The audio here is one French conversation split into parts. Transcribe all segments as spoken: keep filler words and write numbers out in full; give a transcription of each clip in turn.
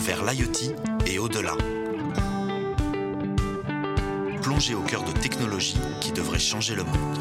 vers l'IoT et au-delà. Plongez au cœur de technologies qui devraient changer le monde.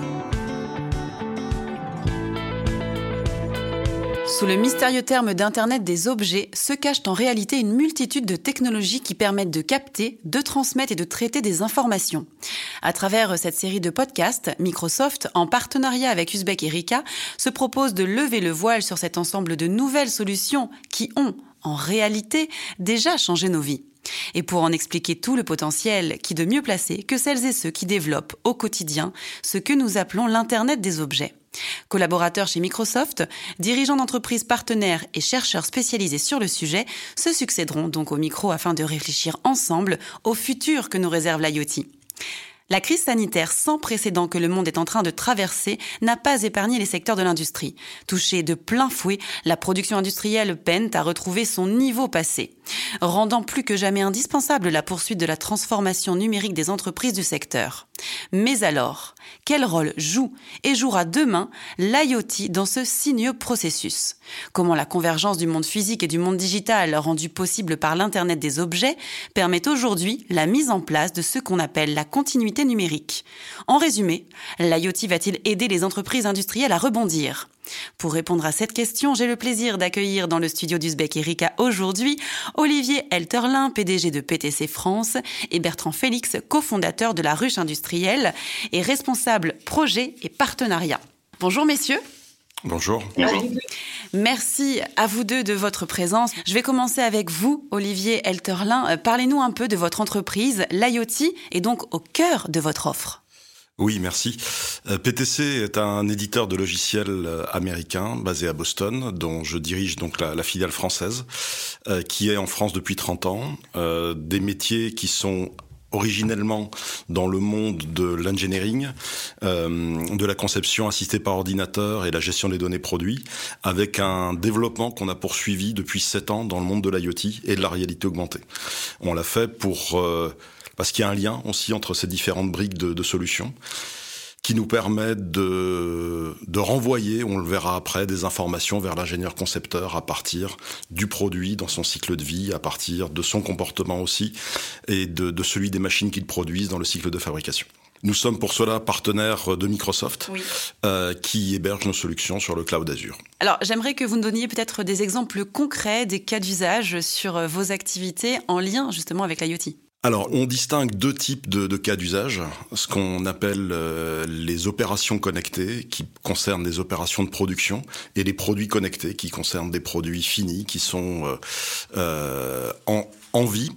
Sous le mystérieux terme d'Internet des objets se cachent en réalité une multitude de technologies qui permettent de capter, de transmettre et de traiter des informations. À travers cette série de podcasts, Microsoft, en partenariat avec Uzbek Erika, se propose de lever le voile sur cet ensemble de nouvelles solutions qui ont, en réalité, déjà changé nos vies. Et pour en expliquer tout le potentiel, qui de mieux placé que celles et ceux qui développent au quotidien ce que nous appelons l'Internet des objets. Collaborateurs chez Microsoft, dirigeants d'entreprises partenaires et chercheurs spécialisés sur le sujet se succéderont donc au micro afin de réfléchir ensemble au futur que nous réserve l'IoT. La crise sanitaire sans précédent que le monde est en train de traverser n'a pas épargné les secteurs de l'industrie. Touchée de plein fouet, la production industrielle peine à retrouver son niveau passé, rendant plus que jamais indispensable la poursuite de la transformation numérique des entreprises du secteur. Mais alors, quel rôle joue et jouera demain l'IoT dans ce sinueux processus ? Comment la convergence du monde physique et du monde digital, rendue possible par l'Internet des objets, permet aujourd'hui la mise en place de ce qu'on appelle la continuité numérique ? En résumé, l'IoT va-t-il aider les entreprises industrielles à rebondir ? Pour répondre à cette question, j'ai le plaisir d'accueillir dans le studio d'Uzbek Erika aujourd'hui Olivier Elterlin, P D G de P T C France, et Bertrand Félix, cofondateur de La Ruche Industrielle et responsable projet et partenariat. Bonjour messieurs. Bonjour. Bonjour. Merci à vous deux de votre présence. Je vais commencer avec vous, Olivier Elterlin. Parlez-nous un peu de votre entreprise. L'IoT est donc au cœur de votre offre. Oui, merci. Euh, P T C est un éditeur de logiciels euh, américain basé à Boston, dont je dirige donc la, la filiale française, euh, qui est en France depuis trente ans. Euh, des métiers qui sont originellement dans le monde de l'engineering, euh, de la conception assistée par ordinateur et la gestion des données produits, avec un développement qu'on a poursuivi depuis sept ans dans le monde de l'IoT et de la réalité augmentée. On l'a fait pour... Euh, parce qu'il y a un lien aussi entre ces différentes briques de, de solutions qui nous permettent de, de renvoyer, on le verra après, des informations vers l'ingénieur concepteur à partir du produit dans son cycle de vie, à partir de son comportement aussi, et de, de celui des machines qu'il produisent dans le cycle de fabrication. Nous sommes pour cela partenaires de Microsoft, oui. euh, qui héberge nos solutions sur le cloud Azure. Alors, j'aimerais que vous nous donniez peut-être des exemples concrets, des cas d'usage sur vos activités en lien justement avec l'IoT. Alors, on distingue deux types de, de cas d'usage, ce qu'on appelle euh, les opérations connectées, qui concernent des opérations de production, et les produits connectés, qui concernent des produits finis, qui sont euh, euh, en, en vie.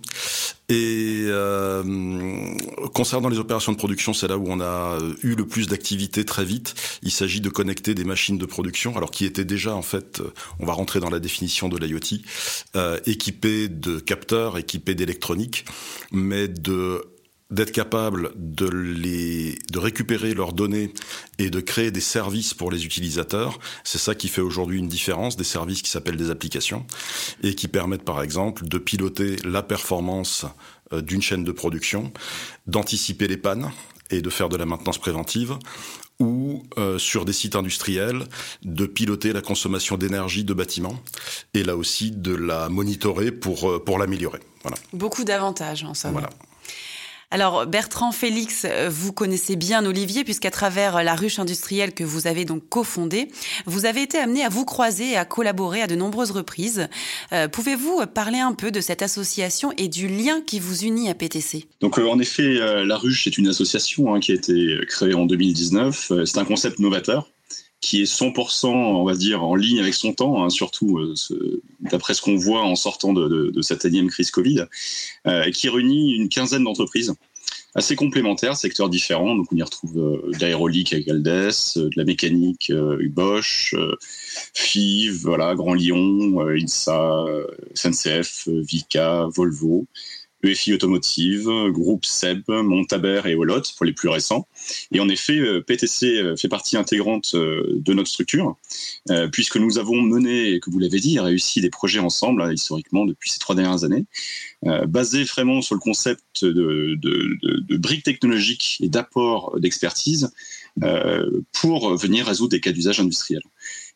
Et euh, concernant les opérations de production, c'est là où on a eu le plus d'activité très vite. Il s'agit de connecter des machines de production, alors qui étaient déjà en fait, on va rentrer dans la définition de l'IoT, euh, équipées de capteurs, équipées d'électronique, mais de d'être capable de les de récupérer leurs données et de créer des services pour les utilisateurs. C'est ça qui fait aujourd'hui une différence, des services qui s'appellent des applications et qui permettent par exemple de piloter la performance d'une chaîne de production, d'anticiper les pannes et de faire de la maintenance préventive, ou euh, sur des sites industriels, de piloter la consommation d'énergie de bâtiments et là aussi de la monitorer pour pour l'améliorer. Voilà. Beaucoup d'avantages en somme. Voilà. Alors Bertrand Félix, vous connaissez bien Olivier puisqu'à travers La Ruche Industrielle que vous avez donc cofondée, vous avez été amené à vous croiser et à collaborer à de nombreuses reprises. Euh, pouvez-vous parler un peu de cette association et du lien qui vous unit à P T C ? Donc euh, en effet, euh, La Ruche est une association hein, qui a été créée en deux mille dix-neuf. Euh, c'est un concept novateur qui est cent pour cent, on va dire, en ligne avec son temps, hein, surtout euh, ce, d'après ce qu'on voit en sortant de, de, de cette énième crise Covid, euh, qui réunit une quinzaine d'entreprises assez complémentaires, secteurs différents. Donc on y retrouve euh, de l'aérolique avec Aldes, euh, de la mécanique, euh, Bosch, euh, F I V, voilà, Grand Lyon, euh, INSA, euh, S N C F, euh, Vicat, Volvo, E F I Automotive, Groupe Seb, Montabert et Olot pour les plus récents. Et en effet, P T C fait partie intégrante de notre structure, puisque nous avons mené, et que vous l'avez dit, réussi des projets ensemble, historiquement, depuis ces trois dernières années, basés vraiment sur le concept de, de, de, de briques technologiques et d'apport d'expertise pour venir résoudre des cas d'usage industriels.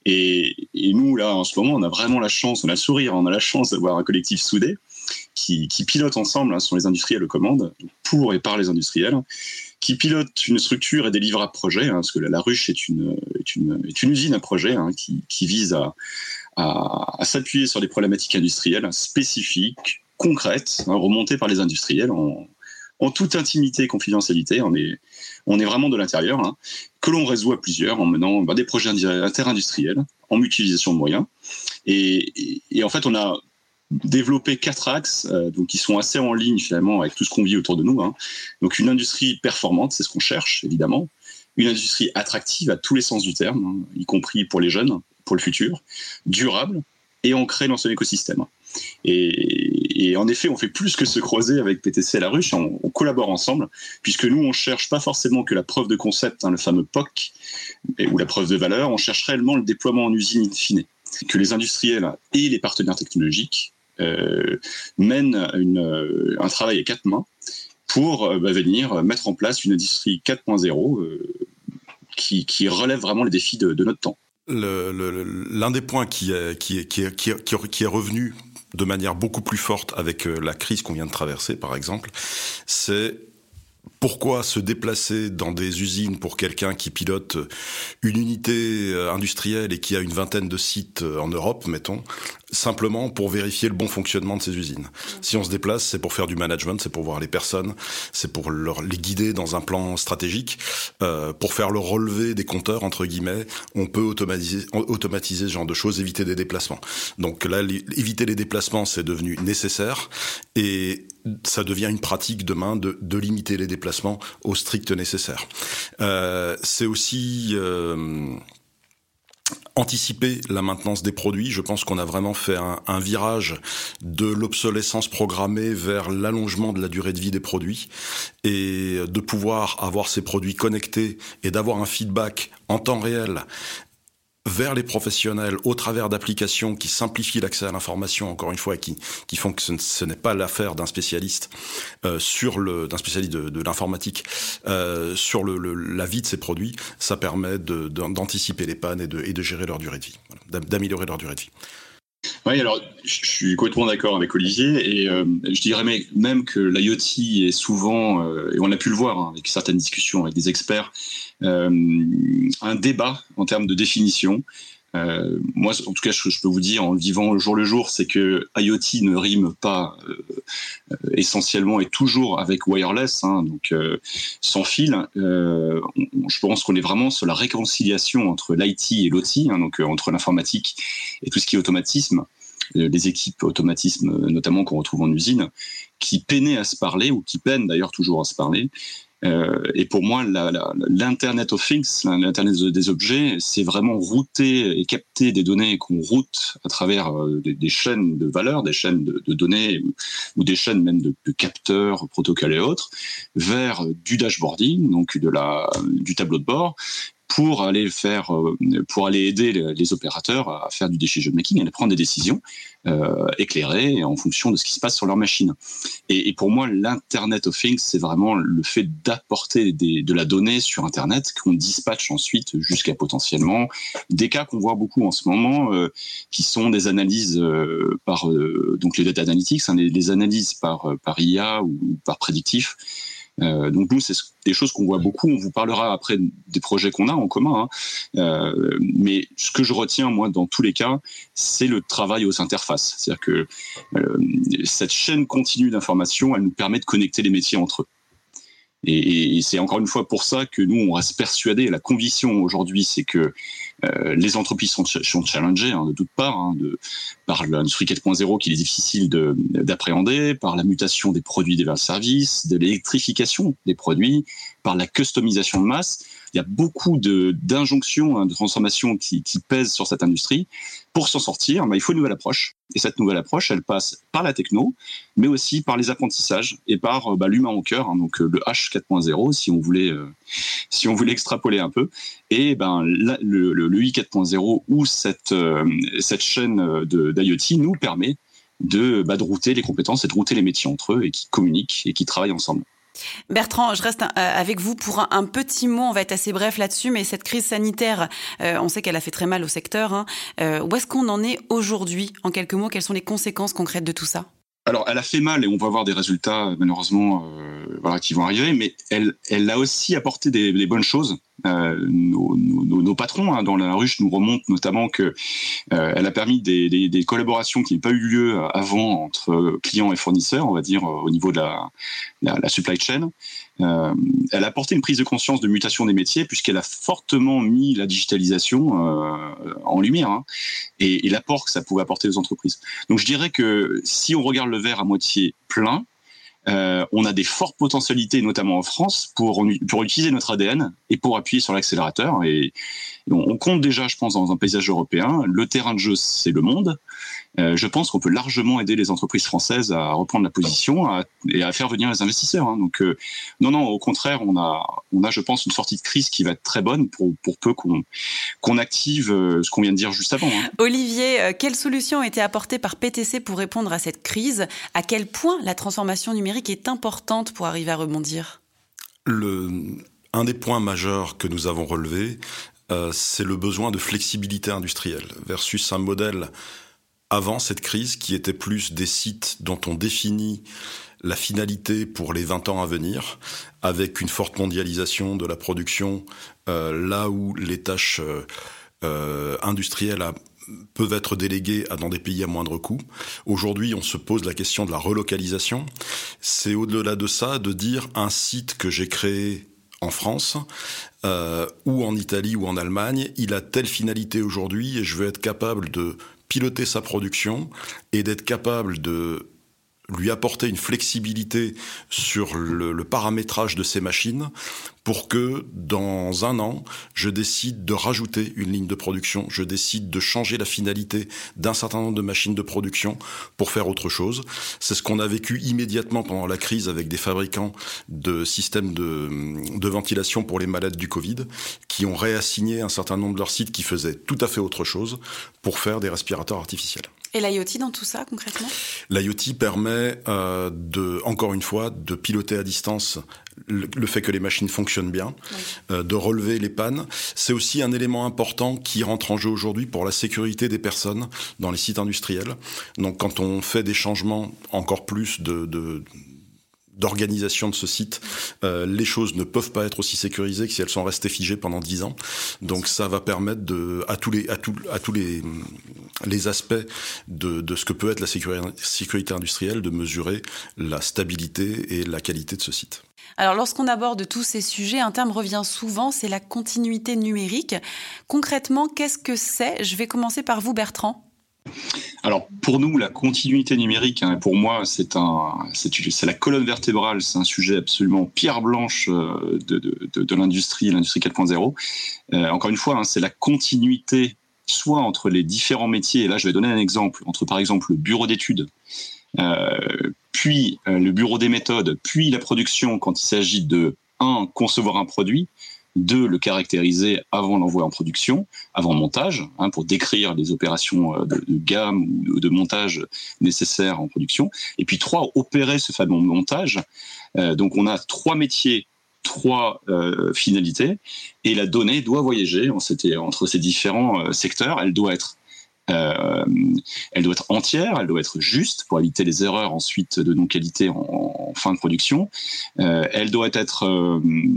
Et, et nous, là, en ce moment, on a vraiment la chance, on a le sourire, on a la chance d'avoir un collectif soudé qui, qui pilote ensemble, hein, ce sont les industriels aux commandes, pour et par les industriels, qui pilote une structure et des livrables projets, hein, parce que la, la ruche est une, est une, est une usine à projet hein, qui, qui vise à, à, à s'appuyer sur des problématiques industrielles spécifiques, concrètes, hein, remontées par les industriels en, en toute intimité et confidentialité. On est, on est vraiment de l'intérieur, hein, que l'on résout à plusieurs en menant bah, des projets interindustriels, en mutualisation de moyens. Et, et, et en fait, on a développer quatre axes euh, donc qui sont assez en ligne finalement avec tout ce qu'on vit autour de nous. Hein. Donc une industrie performante, c'est ce qu'on cherche évidemment. Une industrie attractive à tous les sens du terme, hein, y compris pour les jeunes, pour le futur, durable et ancrée dans son écosystème. Et, et en effet, on fait plus que se croiser avec P T C et la ruche, on, on collabore ensemble, puisque nous, on cherche pas forcément que la preuve de concept, hein, le fameux P O C, ou la preuve de valeur, on cherche réellement le déploiement en usine in fine. Que les industriels et les partenaires technologiques Euh, mène une, euh, un travail à quatre mains pour euh, bah, venir mettre en place une industrie quatre point zéro euh, qui, qui relève vraiment les défis de, de notre temps. Le, le, l'un des points qui est, qui, est, qui, est, qui, est, qui est revenu de manière beaucoup plus forte avec la crise qu'on vient de traverser, par exemple, c'est pourquoi se déplacer dans des usines pour quelqu'un qui pilote une unité industrielle et qui a une vingtaine de sites en Europe, mettons, simplement pour vérifier le bon fonctionnement de ces usines. Si on se déplace, c'est pour faire du management, c'est pour voir les personnes, c'est pour leur, les guider dans un plan stratégique, euh, pour faire le relevé des compteurs, entre guillemets. On peut automatiser, automatiser ce genre de choses, éviter des déplacements. Donc là, les, éviter les déplacements, c'est devenu nécessaire et ça devient une pratique demain de, de limiter les déplacements au strict nécessaire. Euh, c'est aussi... Euh, anticiper la maintenance des produits. Je pense qu'on a vraiment fait un, un virage de l'obsolescence programmée vers l'allongement de la durée de vie des produits et de pouvoir avoir ces produits connectés et d'avoir un feedback en temps réel vers les professionnels au travers d'applications qui simplifient l'accès à l'information, encore une fois, qui, qui font que ce, ce n'est pas l'affaire d'un spécialiste euh, sur le, d'un spécialiste de, de l'informatique euh, sur le, le, la vie de ces produits. Ça permet de, de, d'anticiper les pannes et de, et de gérer leur durée de vie, voilà, d'améliorer leur durée de vie. Oui, alors je suis complètement d'accord avec Olivier et euh, je dirais même que l'IoT est souvent, euh, et on a pu le voir hein, avec certaines discussions avec des experts, euh, un débat en termes de définition. Euh, moi, en tout cas, je, je peux vous dire, en le vivant au jour le jour, c'est que IoT ne rime pas euh, essentiellement et toujours avec wireless, hein, donc euh, sans fil. Euh, on, je pense qu'on est vraiment sur la réconciliation entre l'I T et l'O T, hein, donc euh, entre l'informatique et tout ce qui est automatisme. Les équipes automatisme, notamment qu'on retrouve en usine, qui peinaient à se parler, ou qui peinent d'ailleurs toujours à se parler. Euh, et pour moi, la, la, l'Internet of Things, l'Internet des objets, c'est vraiment router et capter des données qu'on route à travers euh, des, des chaînes de valeur, des chaînes de, de données ou, ou des chaînes même de, de capteurs, protocoles et autres, vers du dashboarding, donc de la, du tableau de bord, pour aller faire, pour aller aider les opérateurs à faire du decision making et à prendre des décisions euh, éclairées en fonction de ce qui se passe sur leur machine. Et, et pour moi, l'Internet of Things, c'est vraiment le fait d'apporter des, de la donnée sur Internet qu'on dispatche ensuite jusqu'à potentiellement des cas qu'on voit beaucoup en ce moment, euh, qui sont des analyses euh, par euh, donc les data analytics, hein, les, les analyses par par I A ou par prédictif. Euh, donc nous, c'est des choses qu'on voit beaucoup. On vous parlera après des projets qu'on a en commun. Hein. Euh, mais ce que je retiens, moi, dans tous les cas, c'est le travail aux interfaces. C'est-à-dire que euh, cette chaîne continue d'information, elle nous permet de connecter les métiers entre eux. Et, et c'est encore une fois pour ça que nous, on reste persuadés. La conviction aujourd'hui, c'est que euh, les entreprises sont, sont challengées, hein, de toutes parts, hein, de, par l'industrie quatre point zéro qu'il est difficile de, d'appréhender, par la mutation des produits et des services, de l'électrification des produits, par la customisation de masse. Il y a beaucoup de, d'injonctions, hein, de transformations qui, qui pèsent sur cette industrie. Pour s'en sortir, bah, il faut une nouvelle approche. Et cette nouvelle approche, elle passe par la techno, mais aussi par les apprentissages et par bah, l'humain au cœur, hein, donc le H quatre point zéro, si on voulait, euh, si on voulait extrapoler un peu. Et ben la, le, le, le I quatre point zéro ou cette, euh, cette chaîne de, d'IoT nous permet de, bah, de router les compétences et de router les métiers entre eux et qui communiquent et qui travaillent ensemble. Bertrand, je reste avec vous pour un, un petit mot, on va être assez bref là-dessus, mais cette crise sanitaire, euh, on sait qu'elle a fait très mal au secteur. Hein. Euh, où est-ce qu'on en est aujourd'hui? En quelques mots, quelles sont les conséquences concrètes de tout ça? Alors, elle a fait mal et on va voir des résultats, malheureusement, euh, voilà, qui vont arriver, mais elle, elle a aussi apporté des, des bonnes choses. Euh, nos, nos, nos patrons hein, dans la ruche nous remontent notamment que euh, elle a permis des, des, des collaborations qui n'ont pas eu lieu avant entre clients et fournisseurs, on va dire, au niveau de la, la, la supply chain. Euh, elle a apporté une prise de conscience de mutation des métiers puisqu'elle a fortement mis la digitalisation euh, en lumière hein, et, et l'apport que ça pouvait apporter aux entreprises. Donc je dirais que si on regarde le verre à moitié plein, Euh, on a des fortes potentialités, notamment en France, pour, pour utiliser notre A D N et pour appuyer sur l'accélérateur. Et on, on compte déjà, je pense, dans un paysage européen. Le terrain de jeu, c'est le monde. Euh, je pense qu'on peut largement aider les entreprises françaises à reprendre la position à, et à faire venir les investisseurs. Hein. Donc, euh, non, non, au contraire, on a, on a, je pense, une sortie de crise qui va être très bonne pour, pour peu qu'on, qu'on active euh, ce qu'on vient de dire juste avant. Hein. Olivier, euh, quelles solutions ont été apportées par P T C pour répondre à cette crise? À quel point la transformation numérique est importante pour arriver à rebondir? Le, un des points majeurs que nous avons relevés, euh, c'est le besoin de flexibilité industrielle versus un modèle avant cette crise qui était plus des sites dont on définit la finalité pour les vingt ans à venir, avec une forte mondialisation de la production, euh, là où les tâches euh, euh, industrielles à peuvent être délégués à, dans des pays à moindre coût. Aujourd'hui, on se pose la question de la relocalisation. C'est au-delà de ça, de dire un site que j'ai créé en France euh, ou en Italie ou en Allemagne, il a telle finalité aujourd'hui et je veux être capable de piloter sa production et d'être capable de lui apporter une flexibilité sur le, le paramétrage de ces machines pour que dans un an, je décide de rajouter une ligne de production, je décide de changer la finalité d'un certain nombre de machines de production pour faire autre chose. C'est ce qu'on a vécu immédiatement pendant la crise avec des fabricants de systèmes de, de ventilation pour les malades du Covid qui ont réassigné un certain nombre de leurs sites qui faisaient tout à fait autre chose pour faire des respirateurs artificiels. Et l'IoT dans tout ça, concrètement ? L'IoT permet, euh, de, encore une fois, de piloter à distance le, le fait que les machines fonctionnent bien, oui. euh, de relever les pannes. C'est aussi un élément important qui rentre en jeu aujourd'hui pour la sécurité des personnes dans les sites industriels. Donc, quand on fait des changements encore plus de... de d'organisation de ce site, euh, les choses ne peuvent pas être aussi sécurisées que si elles sont restées figées pendant dix ans. Donc ça va permettre de, à tous les, à tous, à tous les, les aspects de, de ce que peut être la sécurité, sécurité industrielle, de mesurer la stabilité et la qualité de ce site. Alors, lorsqu'on aborde tous ces sujets, un terme revient souvent, c'est la continuité numérique. Concrètement, qu'est-ce que c'est ? Je vais commencer par vous, Bertrand. Alors pour nous, la continuité numérique, hein, pour moi, c'est un, c'est, c'est la colonne vertébrale. C'est un sujet absolument pierre blanche de, de, de, de l'industrie, l'industrie quatre point zéro. Euh, encore une fois, hein, c'est la continuité, soit entre les différents métiers. Et là, je vais donner un exemple entre, par exemple, le bureau d'études, euh, puis euh, le bureau des méthodes, puis la production quand il s'agit de un concevoir un produit. Deux, le caractériser avant l'envoi en production, avant montage, hein, pour décrire les opérations de, de gamme ou de montage nécessaires en production. Et puis trois, opérer ce fameux montage. Euh, donc on a trois métiers, trois euh, finalités, et la donnée doit voyager entre ces différents euh, secteurs. Elle doit être Euh, elle doit être entière, elle doit être juste pour éviter les erreurs ensuite de non-qualité en, en fin de production. Euh, elle doit être euh,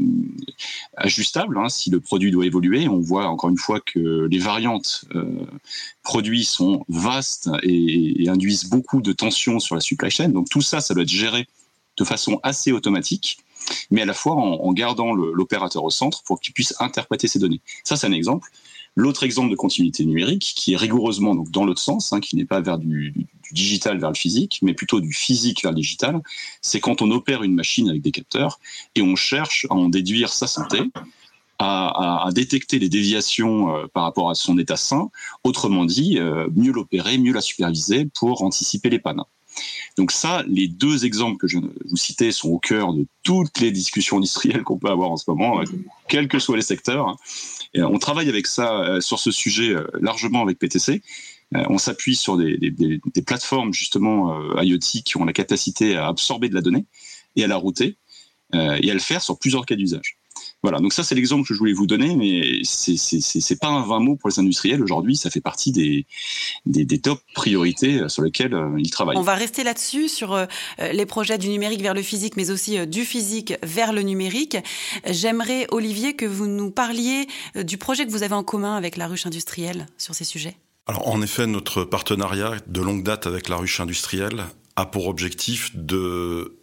ajustable hein, si le produit doit évoluer. On voit encore une fois que les variantes euh, produits sont vastes et, et induisent beaucoup de tensions sur la supply chain. Donc tout ça, ça doit être géré de façon assez automatique, mais à la fois en, en gardant le, l'opérateur au centre pour qu'il puisse interpréter ces données. Ça, c'est un exemple. L'autre exemple de continuité numérique, qui est rigoureusement donc dans l'autre sens, hein, qui n'est pas vers du, du, du digital vers le physique, mais plutôt du physique vers le digital, c'est quand on opère une machine avec des capteurs et on cherche à en déduire sa santé, à, à, à détecter les déviations euh, par rapport à son état sain, autrement dit, euh, mieux l'opérer, mieux la superviser pour anticiper les pannes. Donc ça, les deux exemples que je vous citais sont au cœur de toutes les discussions industrielles qu'on peut avoir en ce moment, quels que soient les secteurs. Et on travaille avec ça, sur ce sujet largement avec P T C. On s'appuie sur des, des, des plateformes justement IoT qui ont la capacité à absorber de la donnée et à la router. euh, et à le faire sur plusieurs cas d'usage. Voilà, donc ça c'est l'exemple que je voulais vous donner, mais c'est c'est c'est, c'est pas un vain mot pour les industriels. Aujourd'hui, ça fait partie des des, des top priorités sur lesquelles euh, ils travaillent. On va rester là-dessus sur euh, les projets du numérique vers le physique, mais aussi euh, du physique vers le numérique. J'aimerais, Olivier, que vous nous parliez euh, du projet que vous avez en commun avec la ruche industrielle sur ces sujets. Alors en effet, notre partenariat de longue date avec la ruche industrielle a pour objectif de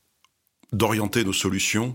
d'orienter nos solutions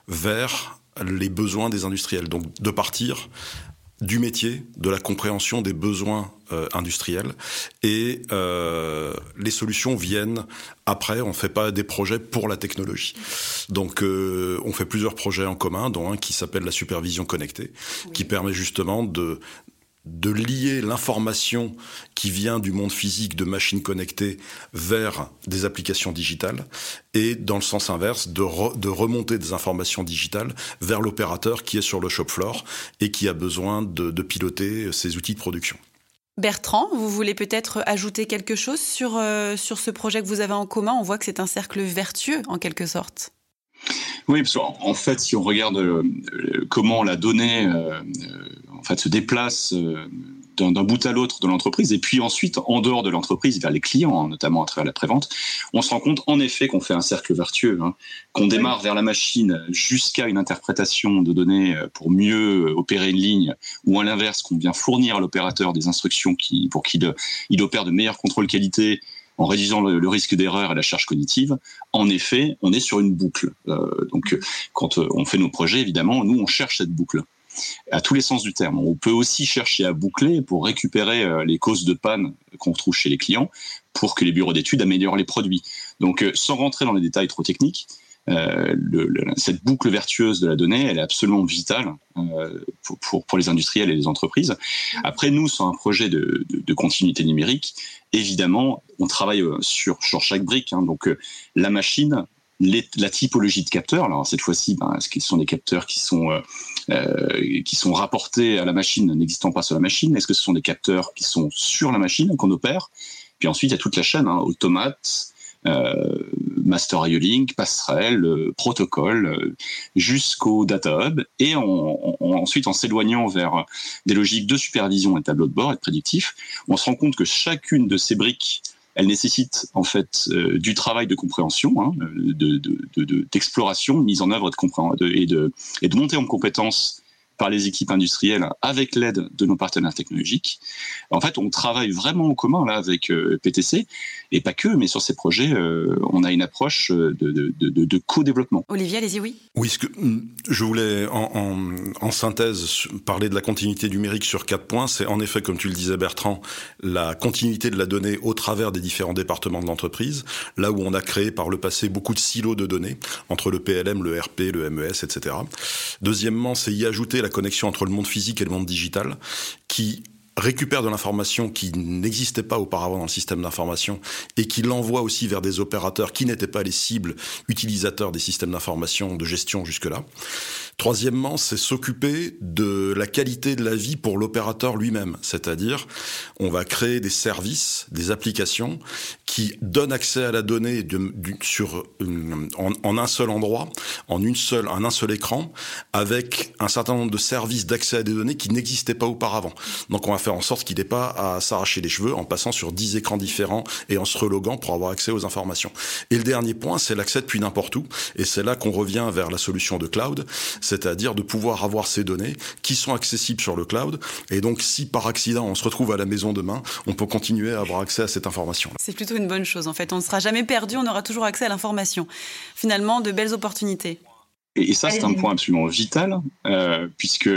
vers les besoins des industriels, donc de partir du métier, de la compréhension des besoins euh, industriels, et euh, les solutions viennent après. On ne fait pas des projets pour la technologie. Donc euh, on fait plusieurs projets en commun, dont un qui s'appelle la supervision connectée, oui. qui permet justement de de lier l'information qui vient du monde physique de machines connectées vers des applications digitales, et dans le sens inverse, de, re, de remonter des informations digitales vers l'opérateur qui est sur le shop floor et qui a besoin de, de piloter ses outils de production. Bertrand, vous voulez peut-être ajouter quelque chose sur, euh, sur ce projet que vous avez en commun ? On voit que c'est un cercle vertueux, en quelque sorte. Oui, parce qu'en fait, si on regarde euh, comment la donnée euh, en fait, se déplace euh, d'un, d'un bout à l'autre de l'entreprise, et puis ensuite, en dehors de l'entreprise, vers les clients, hein, notamment à travers la prévente, on se rend compte en effet qu'on fait un cercle vertueux, hein, qu'on démarre vers la machine jusqu'à une interprétation de données pour mieux opérer une ligne, ou à l'inverse, qu'on vient fournir à l'opérateur des instructions qui, pour qu'il il opère de meilleurs contrôles qualité, en réduisant le, le risque d'erreur et la charge cognitive. En effet, on est sur une boucle. Euh, donc, quand on fait nos projets, évidemment, nous, on cherche cette boucle, à tous les sens du terme. On peut aussi chercher à boucler pour récupérer les causes de panne qu'on retrouve chez les clients, pour que les bureaux d'études améliorent les produits. Donc, sans rentrer dans les détails trop techniques, Euh, le, le, cette boucle vertueuse de la donnée, elle est absolument vitale euh, pour, pour, pour les industriels et les entreprises. Après, nous, sur un projet de, de, de continuité numérique, évidemment, on travaille sur, sur chaque brique. Hein, donc, euh, la machine, les, la typologie de capteurs. Alors, cette fois-ci, ben, est-ce que ce sont des capteurs qui sont, euh, euh, qui sont rapportés à la machine, n'existant pas sur la machine ? Est-ce que ce sont des capteurs qui sont sur la machine, qu'on opère ? Puis ensuite, il y a toute la chaîne, hein, automates, Euh, master I O Link, passerelle, euh, protocole, euh, jusqu'au data hub, et on, on, ensuite en s'éloignant vers des logiques de supervision et tableau de bord et de prédictif, on se rend compte que chacune de ces briques, elle nécessite en fait euh, du travail de compréhension, hein, de, de, de, de, d'exploration, de mise en œuvre de compré- de, et, de, et de montée en compétences par les équipes industrielles avec l'aide de nos partenaires technologiques. En fait, on travaille vraiment en commun là avec euh, P T C, et pas que, mais sur ces projets, euh, on a une approche de, de, de, de co-développement. Olivier, allez-y, oui. Oui, ce que je voulais en, en, en synthèse parler de la continuité numérique sur quatre points. C'est en effet, comme tu le disais Bertrand, la continuité de la donnée au travers des différents départements de l'entreprise, là où on a créé par le passé beaucoup de silos de données entre le P L M, le R P, le M E S, et cetera. Deuxièmement, c'est y ajouter la connexion entre le monde physique et le monde digital, qui récupère de l'information qui n'existait pas auparavant dans le système d'information et qui l'envoie aussi vers des opérateurs qui n'étaient pas les cibles utilisateurs des systèmes d'information de gestion jusque-là. Troisièmement, c'est s'occuper de la qualité de la vie pour l'opérateur lui-même, c'est-à-dire on va créer des services, des applications qui donnent accès à la donnée de, de, sur une, en, en un seul endroit, en une seule, en un seul écran, avec un certain nombre de services d'accès à des données qui n'existaient pas auparavant. Donc on va faire en sorte qu'il n'ait pas à s'arracher les cheveux en passant sur dix écrans différents et en se reloguant pour avoir accès aux informations. Et le dernier point, c'est l'accès depuis n'importe où, et c'est là qu'on revient vers la solution de cloud, c'est-à-dire de pouvoir avoir ces données qui sont accessibles sur le cloud, et donc si par accident on se retrouve à la maison demain, on peut continuer à avoir accès à cette information. C'est plutôt une bonne chose en fait, on ne sera jamais perdu, on aura toujours accès à l'information. Finalement, de belles opportunités. Et ça, c'est un point absolument vital, euh, puisque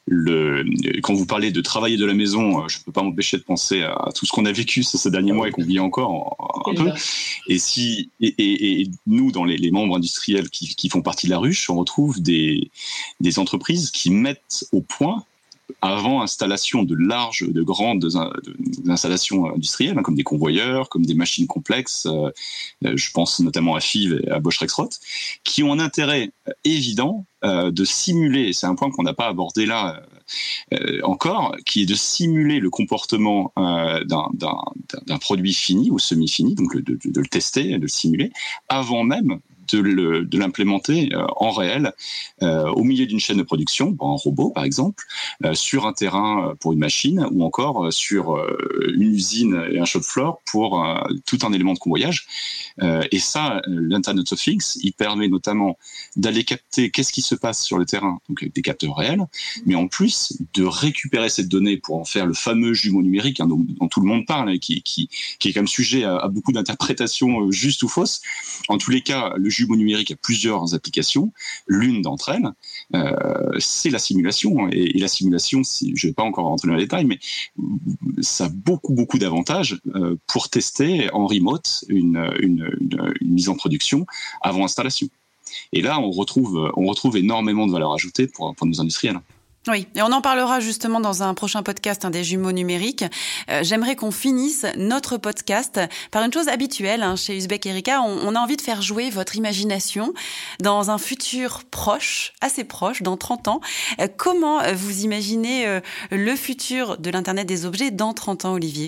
le, quand vous parlez de travailler de la maison, je ne peux pas m'empêcher de penser à tout ce qu'on a vécu ces derniers mois et qu'on vit encore un peu. Et, si, et, et, et nous, dans les, les membres industriels qui, qui font partie de la ruche, on retrouve des, des entreprises qui mettent au point, avant installation de larges, de grandes installations industrielles, comme des convoyeurs, comme des machines complexes, euh, je pense notamment à F I V et à Bosch Rexroth, qui ont un intérêt évident euh, de simuler, et c'est un point qu'on n'a pas abordé là euh, encore, qui est de simuler le comportement euh, d'un, d'un, d'un produit fini ou semi-fini, donc de, de, de le tester, de le simuler, avant même de, le, de l'implémenter euh, en réel euh, au milieu d'une chaîne de production, un robot par exemple, euh, sur un terrain pour une machine ou encore euh, sur euh, une usine et un shop floor pour euh, tout un élément de convoyage. Euh, et ça, l'Internet of Things, il permet notamment d'aller capter qu'est-ce qui se passe sur le terrain, donc avec des capteurs réels, mais en plus de récupérer cette donnée pour en faire le fameux jumeau numérique hein, dont, dont tout le monde parle et qui, qui, qui est comme sujet à, à beaucoup d'interprétations euh, justes ou fausses. En tous les cas, le jumeau numérique a plusieurs applications. L'une d'entre elles, euh, c'est la simulation. Et, et la simulation, si, je ne vais pas encore rentrer dans les détails, mais ça a beaucoup, beaucoup d'avantages euh, pour tester en remote une, une, une, une mise en production avant installation. Et là, on retrouve, on retrouve énormément de valeur ajoutée pour, pour nos industriels. Oui, et on en parlera justement dans un prochain podcast hein, des jumeaux numériques. Euh, j'aimerais qu'on finisse notre podcast par une chose habituelle. Hein, chez Uzbek Erika, on, on a envie de faire jouer votre imagination dans un futur proche, assez proche, dans trente ans. Euh, comment vous imaginez euh, le futur de l'Internet des objets dans trente ans, Olivier ?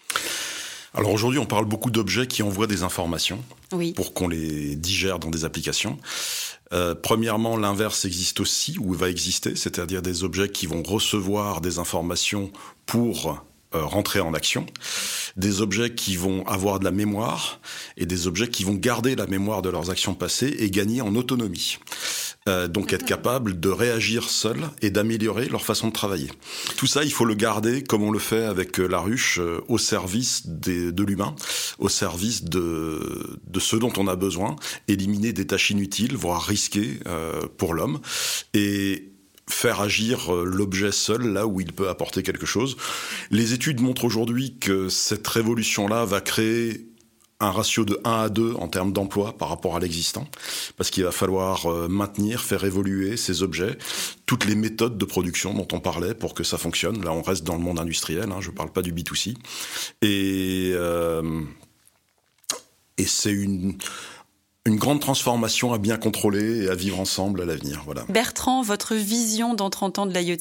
Alors aujourd'hui, on parle beaucoup d'objets qui envoient des informations oui. pour qu'on les digère dans des applications. Euh, premièrement, l'inverse existe aussi, ou va exister, c'est-à-dire des objets qui vont recevoir des informations pour euh, rentrer en action, des objets qui vont avoir de la mémoire et des objets qui vont garder la mémoire de leurs actions passées et gagner en autonomie. Euh, donc être capable de réagir seuls et d'améliorer leur façon de travailler. Tout ça, il faut le garder, comme on le fait avec la ruche, euh, au service des, de l'humain, au service de, de ce dont on a besoin, éliminer des tâches inutiles, voire risquées euh, pour l'homme, et faire agir l'objet seul là où il peut apporter quelque chose. Les études montrent aujourd'hui que cette révolution-là va créer un ratio de un à deux en termes d'emploi par rapport à l'existant, parce qu'il va falloir maintenir, faire évoluer ces objets, toutes les méthodes de production dont on parlait pour que ça fonctionne. Là, on reste dans le monde industriel, hein, je ne parle pas du B deux C. Et, euh, et c'est une... Une grande transformation à bien contrôler et à vivre ensemble à l'avenir. Voilà. Bertrand, votre vision dans trente ans de l'IoT ?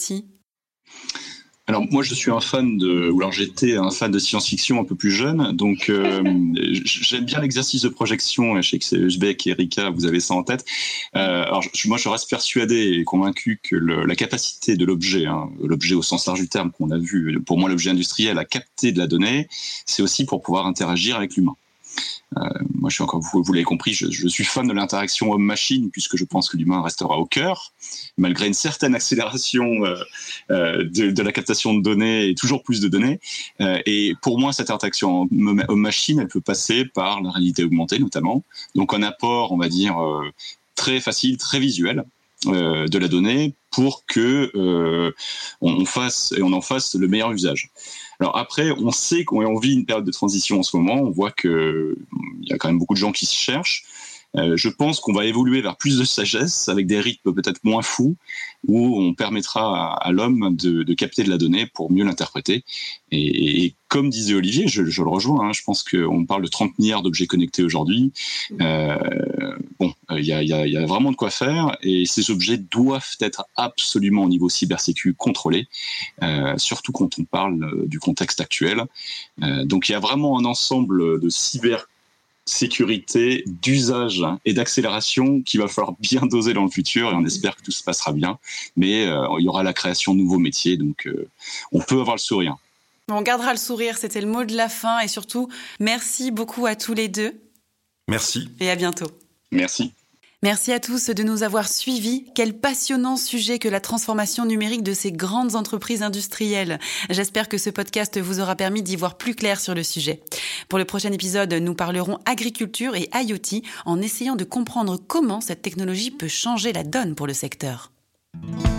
Alors moi je suis un fan de, ou alors j'étais un fan de science-fiction un peu plus jeune, donc euh, j'aime bien l'exercice de projection. Je sais que c'est Uzbek et Erika, vous avez ça en tête. Euh, alors je, moi je reste persuadé et convaincu que le, la capacité de l'objet, hein, l'objet au sens large du terme qu'on a vu, pour moi l'objet industriel à capter de la donnée, c'est aussi pour pouvoir interagir avec l'humain. Euh, moi, je suis encore, vous, vous l'avez compris, je, je suis fan de l'interaction homme-machine puisque je pense que l'humain restera au cœur, malgré une certaine accélération euh, euh, de, de la captation de données et toujours plus de données. Euh, et pour moi, cette interaction homme-machine, elle peut passer par la réalité augmentée notamment. Donc, un apport, on va dire, euh, très facile, très visuel euh, de la donnée pour que euh, on fasse et on en fasse le meilleur usage. Alors après, on sait qu'on vit une période de transition en ce moment. On voit que il y a quand même beaucoup de gens qui se cherchent. Euh, je pense qu'on va évoluer vers plus de sagesse, avec des rythmes peut-être moins fous, où on permettra à, à l'homme de, de capter de la donnée pour mieux l'interpréter. Et, et comme disait Olivier, je, je le rejoins, hein, je pense qu'on parle de trente milliards d'objets connectés aujourd'hui. Euh, bon, il y a, y, a, y a vraiment de quoi faire, et ces objets doivent être absolument au niveau cybersécu contrôlés, euh, surtout quand on parle du contexte actuel. Euh, donc il y a vraiment un ensemble de cyber sécurité, d'usage et d'accélération qu'il va falloir bien doser dans le futur, et on espère que tout se passera bien, mais euh, il y aura la création de nouveaux métiers, donc euh, on peut avoir le sourire. On gardera le sourire, c'était le mot de la fin, et surtout, merci beaucoup à tous les deux. Merci. Et à bientôt. Merci. Merci à tous de nous avoir suivis. Quel passionnant sujet que la transformation numérique de ces grandes entreprises industrielles. J'espère que ce podcast vous aura permis d'y voir plus clair sur le sujet. Pour le prochain épisode, nous parlerons agriculture et IoT en essayant de comprendre comment cette technologie peut changer la donne pour le secteur.